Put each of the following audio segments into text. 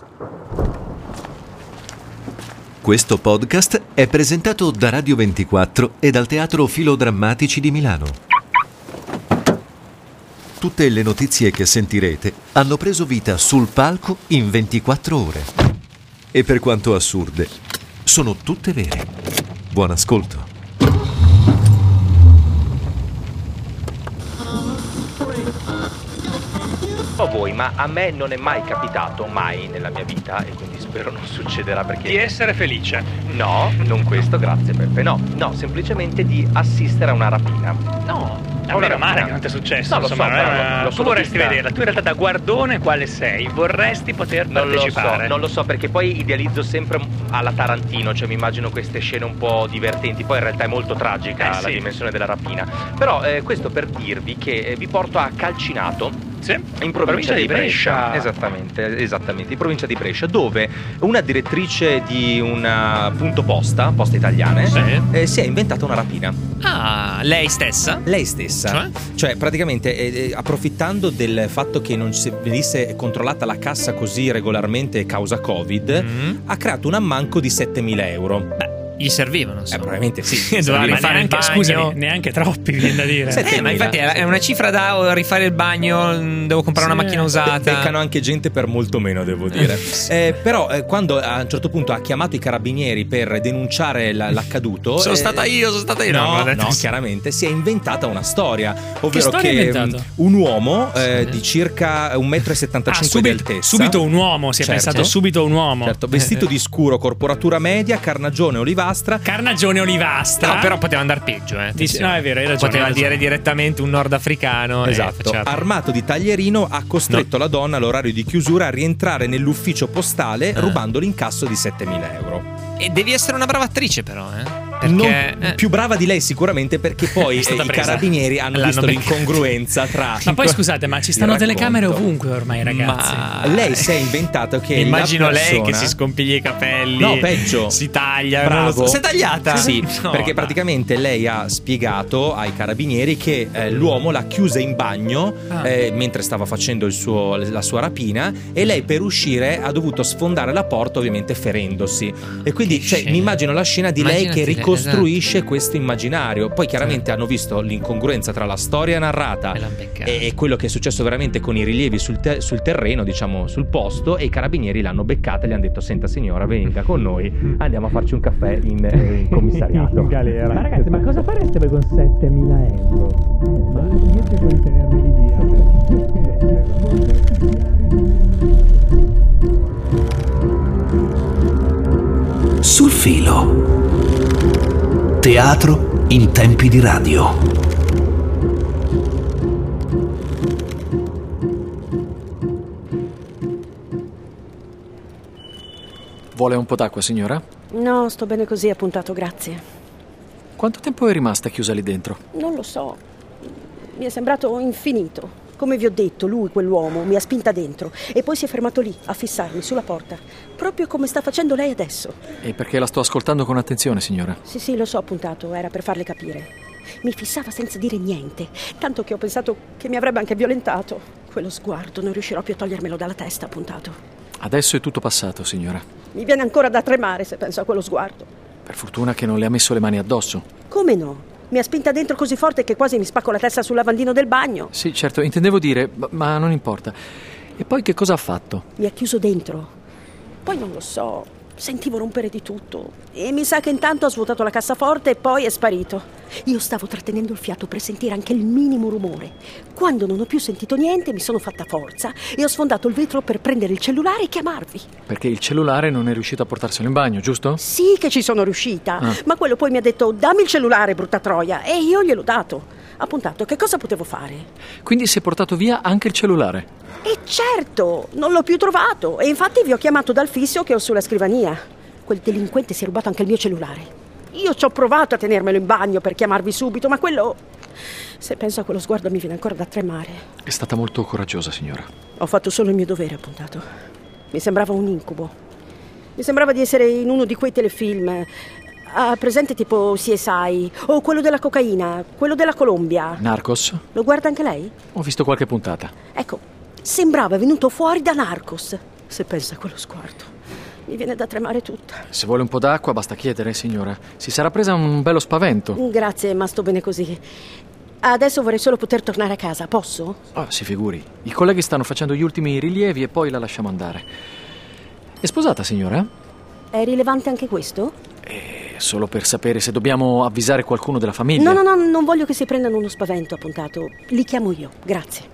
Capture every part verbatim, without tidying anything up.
Questo podcast è presentato da Radio ventiquattro e dal Teatro Filodrammatici di Milano. Tutte le notizie che sentirete hanno preso vita sul palco in ventiquattro ore. E per quanto assurde, sono tutte vere. Buon ascolto. A voi, ma a me non è mai capitato, mai nella mia vita, e quindi spero non succederà perché... Di essere felice. No, non questo, grazie Peppe, no. No, semplicemente di assistere a una rapina. No, a meno male che non ti è successo. No, lo insomma, so, però eh, lo- lo tu sono vorresti vista. vederla. Tu in realtà da guardone quale sei? Vorresti poter Non lo partecipare? so, non lo so, perché poi idealizzo sempre alla Tarantino, cioè mi immagino queste scene un po' divertenti, poi in realtà è molto tragica Eh, la sì. dimensione della rapina. Però eh, questo per dirvi che eh, vi porto a Calcinato, Sì. in provincia, di Brescia. Brescia. Esattamente, esattamente, in provincia di Brescia, dove una direttrice di una punto posta, Poste Italiane, Sì. eh, si è inventata una rapina. Ah, lei stessa? Lei stessa, Cioè? cioè praticamente eh, eh, approfittando del fatto che non si venisse controllata la cassa così regolarmente causa Covid, Mm. ha creato un ammanco di settemila euro. Beh, gli servivano, Eh, insomma. probabilmente sì. Doveva Serviva. rifare il neanche, bagno. scusami, neanche troppi, viene da dire. Sette- Eh, ma infatti è è una cifra da oh, rifare il bagno, mm, devo comprare Sì. una macchina usata. Beccano anche gente per molto meno, devo dire. Eh, però eh, quando a un certo punto ha chiamato i carabinieri per denunciare la- l'accaduto, Sono eh, stata io, sono stata io. No, non l'ho detto. no, chiaramente si è inventata una storia, ovvero storia che ha inventato? mm, un uomo eh, di circa un metro e Ah, settantacinque di subito, altezza, subito un uomo, si è Certo. pensato subito a un uomo. certo, vestito di scuro, corporatura media, carnagione olivastra. Carnagione olivastra. No, però poteva andare peggio, eh. Dici- attenzione. no, è vero, hai ragione, Poteva hai ragione. dire direttamente un nordafricano. Esatto, e faceva- armato di taglierino ha costretto la donna all'orario di chiusura a rientrare nell'ufficio postale Ah. rubando l'incasso di settemila euro. E devi essere una brava attrice, però, eh. Perché Non- eh, più brava di lei sicuramente, perché poi È eh, stata i presa. carabinieri hanno L'hanno visto beccata. l'incongruenza tra... Ma poi scusate, ma ci stanno Il telecamere racconto. ovunque ormai, ragazzi. Ma Lei si è inventato che immagino la lei che persona- si scompiglia i capelli. No, peggio. Si taglia. Bravo. non lo so. Si è tagliata? Sì, No, perché dai. praticamente lei ha spiegato ai carabinieri che eh, l'uomo l'ha chiusa in bagno Ah. eh, mentre stava facendo il suo- la sua rapina, e lei per uscire ha dovuto sfondare la porta, ovviamente ferendosi. E quindi Che cioè, scena. mi immagino la scena di lei Immaginati che lei, ricostruisce questo immaginario. Poi chiaramente hanno visto l'incongruenza tra la storia narrata E l'hanno beccata. e, e quello che è successo veramente con i rilievi sul, te- sul terreno, diciamo sul posto, e i carabinieri l'hanno beccata e gli hanno detto: senta signora, venga con noi, andiamo a farci un caffè in, eh, in commissariato. In galera. Ma ragazzi, ma cosa fareste voi con settemila euro? Ma io cerco di tenermi via. Sul filo. Teatro in tempi di radio. Vuole un po' d'acqua, signora? No, sto bene così, appuntato, grazie. Quanto tempo è rimasta chiusa lì dentro? Non lo so. Mi è sembrato infinito. Come vi ho detto, lui, quell'uomo, mi ha spinta dentro e poi si è fermato lì, a fissarmi sulla porta, proprio come sta facendo lei adesso. E perché la sto ascoltando con attenzione, signora? Sì, sì, lo so, appuntato, era per farle capire. Mi fissava senza dire niente, tanto che ho pensato che mi avrebbe anche violentato. Quello sguardo, non riuscirò più a togliermelo dalla testa, appuntato. Adesso è tutto passato, signora. Mi viene ancora da tremare se penso a quello sguardo. Per fortuna che non le ha messo le mani addosso. Come no? Mi ha spinta dentro così forte che quasi mi spacco la testa sul lavandino del bagno. Sì, certo, intendevo dire, ma- ma non importa. E poi che cosa ha fatto? Mi ha chiuso dentro. Poi non lo so, sentivo rompere di tutto. E mi sa che intanto ha svuotato la cassaforte e poi è sparito. Io stavo trattenendo il fiato per sentire anche il minimo rumore. Quando non ho più sentito niente mi sono fatta forza e ho sfondato il vetro per prendere il cellulare e chiamarvi. Perché il cellulare non è riuscito a portarselo in bagno, giusto? Sì che ci sono riuscita, Ah. ma quello poi mi ha detto dammi il cellulare, brutta troia, e io gliel'ho dato. Appuntato, che cosa potevo fare? Quindi si è portato via anche il cellulare. E certo, non l'ho più trovato e infatti vi ho chiamato dal fisso che ho sulla scrivania. Quel delinquente si è rubato anche il mio cellulare. Io ci ho provato a tenermelo in bagno per chiamarvi subito, ma quello... Se penso a quello sguardo mi viene ancora da tremare. È stata molto coraggiosa, signora. Ho fatto solo il mio dovere, appuntato. Mi sembrava un incubo. Mi sembrava di essere in uno di quei telefilm. Ah, presente tipo C S I o quello della cocaina, quello della Colombia. Narcos? Lo guarda anche lei? Ho visto qualche puntata. Ecco, sembrava venuto fuori da Narcos. Se pensa a quello sguardo, mi viene da tremare tutta. Se vuole un po' d'acqua basta chiedere, signora. Si sarà presa un bello spavento. Grazie, ma sto bene così. Adesso vorrei solo poter tornare a casa, posso? Oh, si figuri. I colleghi stanno facendo gli ultimi rilievi e poi la lasciamo andare. È sposata, signora? È rilevante anche questo? È solo per sapere se dobbiamo avvisare qualcuno della famiglia. No, no, no, non voglio che si prendano uno spavento, appuntato. Li chiamo io, grazie.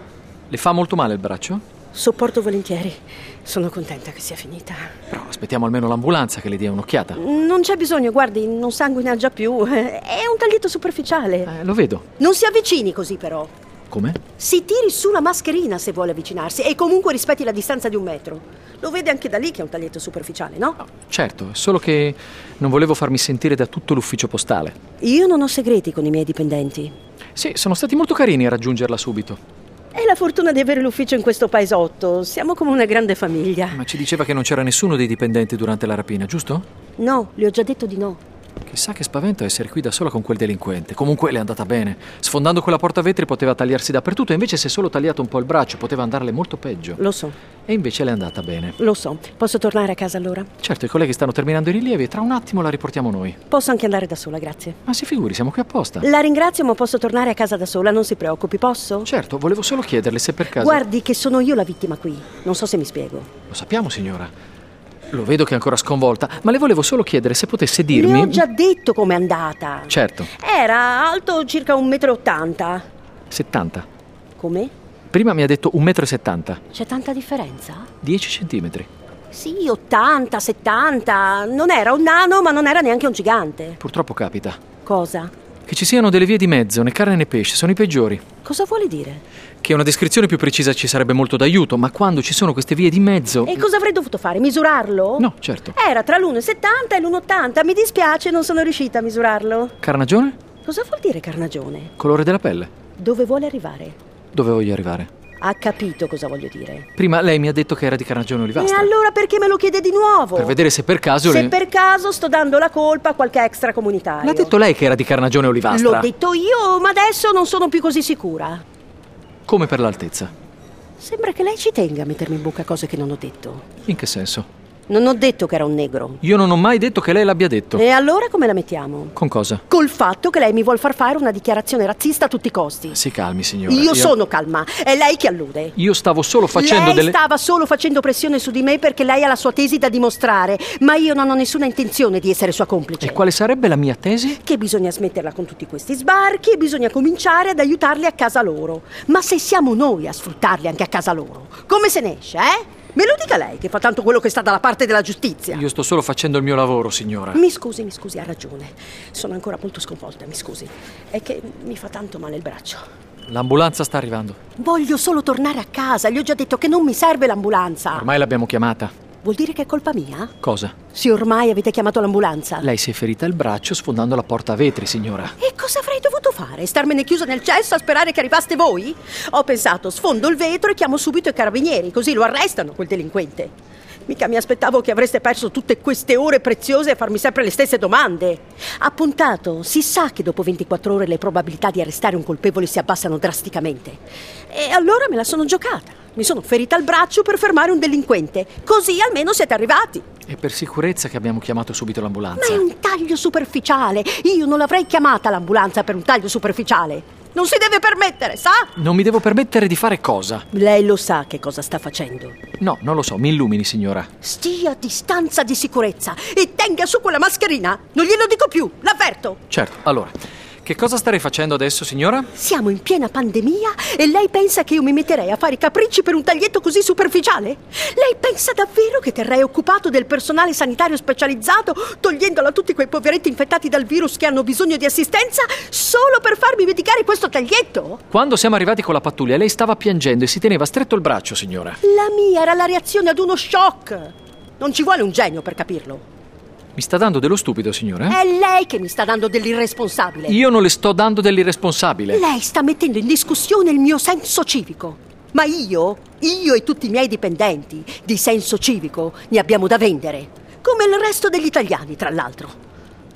Le fa molto male il braccio? Sopporto volentieri. Sono contenta che sia finita. Però aspettiamo almeno l'ambulanza che le dia un'occhiata. Non c'è bisogno, guardi, non sanguina già più. È un taglietto superficiale. Eh, lo vedo. Non si avvicini così, però. Come? Si tiri su la mascherina se vuole avvicinarsi e comunque rispetti la distanza di un metro. Lo vede anche da lì che è un taglietto superficiale, no? No, certo, è solo che non volevo farmi sentire da tutto l'ufficio postale. Io non ho segreti con i miei dipendenti. Sì, sono stati molto carini a raggiungerla subito. È la fortuna di avere l'ufficio in questo paesotto. Siamo come una grande famiglia. Ma ci diceva che non c'era nessuno dei dipendenti durante la rapina, giusto? No, le ho già detto di no. Chissà che spavento essere qui da sola con quel delinquente. Comunque le è andata bene. Sfondando quella porta a vetri poteva tagliarsi dappertutto, e invece si è solo tagliato un po' il braccio, poteva andarle molto peggio. Lo so. E invece le è andata bene. Lo so. Posso tornare a casa allora? Certo, i colleghi stanno terminando i rilievi e tra un attimo la riportiamo noi. Posso anche andare da sola, grazie. Ma si figuri, siamo qui apposta. La ringrazio, ma posso tornare a casa da sola, non si preoccupi, posso? Certo, volevo solo chiederle se per caso... Guardi che sono io la vittima qui. Non so se mi spiego. Lo sappiamo, signora. Lo vedo che è ancora sconvolta, ma le volevo solo chiedere se potesse dirmi... Le ho già detto com'è andata. Certo. Era alto circa un metro e ottanta. settanta. Come? Prima mi ha detto un metro e settanta. C'è tanta differenza? dieci centimetri. Sì, ottanta, settanta. Non era un nano, ma non era neanche un gigante. Purtroppo capita. Cosa? Che ci siano delle vie di mezzo, né carne né pesce, sono i peggiori. Cosa vuole dire? Che una descrizione più precisa ci sarebbe molto d'aiuto, ma quando ci sono queste vie di mezzo... E cosa avrei dovuto fare? Misurarlo? No, certo. Era tra l'uno e settanta e l'uno e ottanta. Mi dispiace, non sono riuscita a misurarlo. Carnagione? Cosa vuol dire carnagione? Colore della pelle. Dove vuole arrivare? Dove voglio arrivare? Ha capito cosa voglio dire. Prima lei mi ha detto che era di Carnagione Olivastra. E allora perché me lo chiede di nuovo? Per vedere se per caso... Se le... per caso sto dando la colpa a qualche extracomunitario. L'ha detto lei che era di Carnagione Olivastra. L'ho detto io, ma adesso non sono più così sicura. Come per l'altezza. Sembra che lei ci tenga a mettermi in bocca cose che non ho detto. In che senso? Non ho detto che era un negro. Io non ho mai detto che lei l'abbia detto. E allora come la mettiamo? Con cosa? Col fatto che lei mi vuol far fare una dichiarazione razzista a tutti i costi. Si calmi, signora. Io, io... sono calma, è lei che allude. Io stavo solo facendo lei delle... Lei stava solo facendo pressione su di me perché lei ha la sua tesi da dimostrare, ma io non ho nessuna intenzione di essere sua complice. E quale sarebbe la mia tesi? Che bisogna smetterla con tutti questi sbarchi e bisogna cominciare ad aiutarli a casa loro. Ma se siamo noi a sfruttarli anche a casa loro, come se ne esce, eh? Me lo dica lei, che fa tanto quello che sta dalla parte della giustizia. Io sto solo facendo il mio lavoro, signora. Mi scusi, mi scusi, ha ragione. Sono ancora molto sconvolta, mi scusi. È che mi fa tanto male il braccio. L'ambulanza sta arrivando. Voglio solo tornare a casa, gli ho già detto che non mi serve l'ambulanza. Ormai l'abbiamo chiamata. Vuol dire che è colpa mia? Cosa? Se ormai avete chiamato l'ambulanza. Lei si è ferita il braccio sfondando la porta a vetri, signora. E cosa avrei dovuto fare? Starmene chiusa nel cesso a sperare che arrivaste voi? Ho pensato, sfondo il vetro e chiamo subito i carabinieri, così lo arrestano quel delinquente. Mica mi aspettavo che avreste perso tutte queste ore preziose a farmi sempre le stesse domande. Appuntato, si sa che dopo ventiquattro ore le probabilità di arrestare un colpevole si abbassano drasticamente. E allora me la sono giocata. Mi sono ferita al braccio per fermare un delinquente. Così almeno siete arrivati. È per sicurezza che abbiamo chiamato subito l'ambulanza. Ma è un taglio superficiale. Io non l'avrei chiamata l'ambulanza per un taglio superficiale. Non si deve permettere, sa? Non mi devo permettere di fare cosa? Lei lo sa che cosa sta facendo. No, non lo so, mi illumini, signora. Stia a distanza di sicurezza e tenga su quella mascherina. Non glielo dico più, l'avverto. Certo, allora... Che cosa starei facendo adesso, signora? Siamo in piena pandemia e lei pensa che io mi metterei a fare i capricci per un taglietto così superficiale? Lei pensa davvero che terrei occupato del personale sanitario specializzato, togliendolo a tutti quei poveretti infettati dal virus che hanno bisogno di assistenza, solo per farmi medicare questo taglietto? Quando siamo arrivati con la pattuglia, lei stava piangendo e si teneva stretto il braccio, signora. La mia era la reazione ad uno shock. Non ci vuole un genio per capirlo. Mi sta dando dello stupido, signora? È lei che mi sta dando dell'irresponsabile. Io non le sto dando dell'irresponsabile. Lei sta mettendo in discussione il mio senso civico. Ma io, io e tutti i miei dipendenti, di senso civico ne abbiamo da vendere. Come il resto degli italiani, tra l'altro.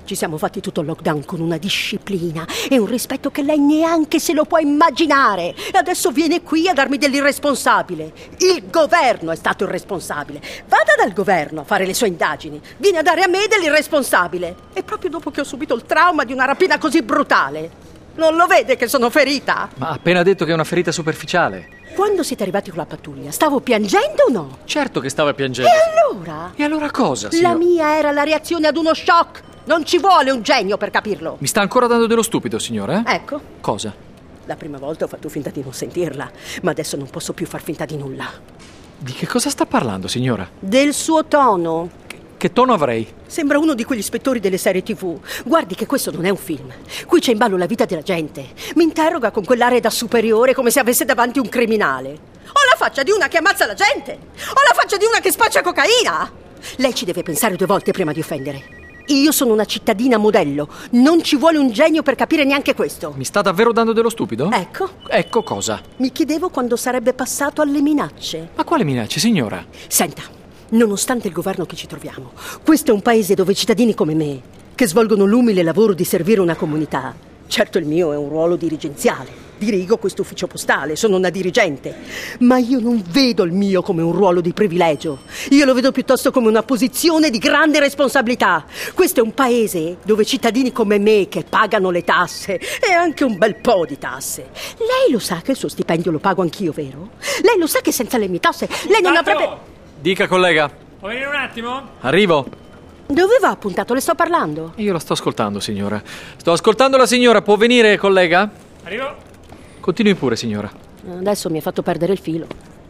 Ci siamo fatti tutto il lockdown con una disciplina e un rispetto che lei neanche se lo può immaginare. E adesso viene qui a darmi dell'irresponsabile. Il governo è stato irresponsabile. Vada dal governo a fare le sue indagini. Viene a dare a me dell'irresponsabile. E proprio dopo che ho subito il trauma di una rapina così brutale. Non lo vede che sono ferita? Ma ha appena detto che è una ferita superficiale. Quando siete arrivati con la pattuglia, stavo piangendo o no? Certo che stava piangendo. E allora? E allora cosa, La signora? mia era la reazione ad uno shock. Non ci vuole un genio per capirlo. Mi sta ancora dando dello stupido, signora? Eh? Ecco. Cosa? La prima volta ho fatto finta di non sentirla, ma adesso non posso più far finta di nulla. Di che cosa sta parlando, signora? Del suo tono. Che, che tono avrei? Sembra uno di quegli ispettori delle serie tivù. Guardi che questo non è un film. Qui c'è in ballo la vita della gente. Mi interroga con quell'aria da superiore come se avesse davanti un criminale. Ho la faccia di una che ammazza la gente. Ho la faccia di una che spaccia cocaina. Lei ci deve pensare due volte prima di offendere. Io sono una cittadina modello. Non ci vuole un genio per capire neanche questo. Mi sta davvero dando dello stupido? Ecco. Ecco cosa? Mi chiedevo quando sarebbe passato alle minacce. Ma quale minacce, signora? Senta, nonostante il governo che ci troviamo, questo è un paese dove cittadini come me, che svolgono l'umile lavoro di servire una comunità, certo il mio è un ruolo dirigenziale, dirigo questo ufficio postale, sono una dirigente, ma io non vedo il mio come un ruolo di privilegio, io lo vedo piuttosto come una posizione di grande responsabilità. Questo è un paese dove cittadini come me che pagano le tasse, e anche un bel po' di tasse. Lei lo sa che il suo stipendio lo pago anch'io, vero? Lei lo sa che senza le mie tasse lei non avrebbe... Dica, collega. Può venire un attimo? Arrivo. Dove va appuntato? Le sto parlando. Io la sto ascoltando, signora. Sto ascoltando la signora. Può venire, collega? Arrivo. Continui pure, signora. Adesso mi ha fatto perdere il filo.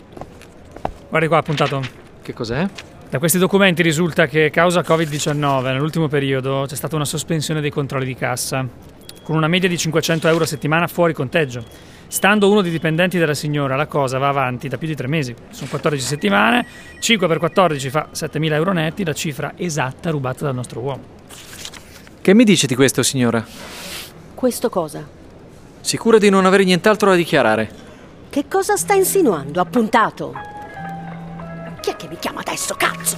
Guardi qua, appuntato. Che cos'è? Da questi documenti risulta che causa covid diciannove nell'ultimo periodo c'è stata una sospensione dei controlli di cassa, con una media di cinquecento euro a settimana fuori conteggio. Stando uno dei dipendenti della signora, la cosa va avanti da più di tre mesi. Sono quattordici settimane, cinque per quattordici fa settemila euro netti, la cifra esatta rubata dal nostro uomo. Che mi dice di questo, signora? Questo cosa? Sicura di non avere nient'altro da dichiarare? Che cosa sta insinuando, appuntato? Chi è che mi chiama adesso, cazzo?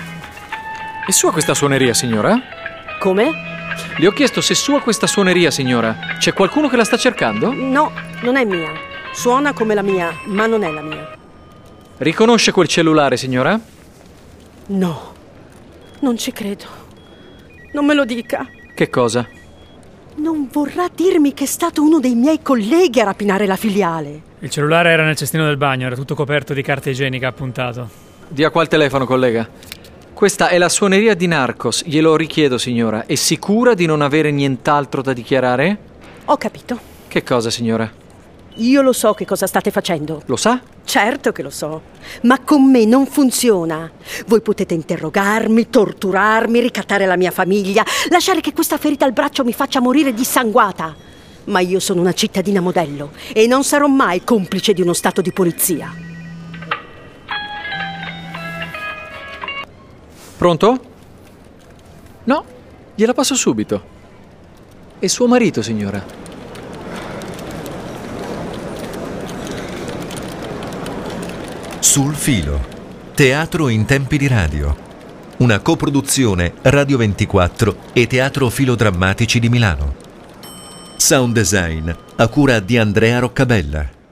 È sua questa suoneria, signora? Come? Le ho chiesto se è sua questa suoneria, signora. C'è qualcuno che la sta cercando? No, non è mia. Suona come la mia, ma non è la mia. Riconosce quel cellulare, signora? No, non ci credo. Non me lo dica. Che cosa? Non vorrà dirmi che è stato uno dei miei colleghi a rapinare la filiale. Il cellulare era nel cestino del bagno, era tutto coperto di carta igienica, appuntato. Dia qua il telefono, collega. Questa è la suoneria di Narcos, glielo richiedo, signora. È sicura di non avere nient'altro da dichiarare? Ho capito. Che cosa, signora? Io lo so che cosa state facendo. Lo sa? Certo che lo so, ma con me non funziona. Voi potete interrogarmi, torturarmi, ricattare la mia famiglia, lasciare che questa ferita al braccio mi faccia morire dissanguata. Ma io sono una cittadina modello e non sarò mai complice di uno stato di polizia. Pronto? No, gliela passo subito. È suo marito, signora. Sul filo. Teatro in tempi di radio. Una coproduzione Radio ventiquattro e Teatro Filodrammatici di Milano. Sound design a cura di Andrea Roccabella.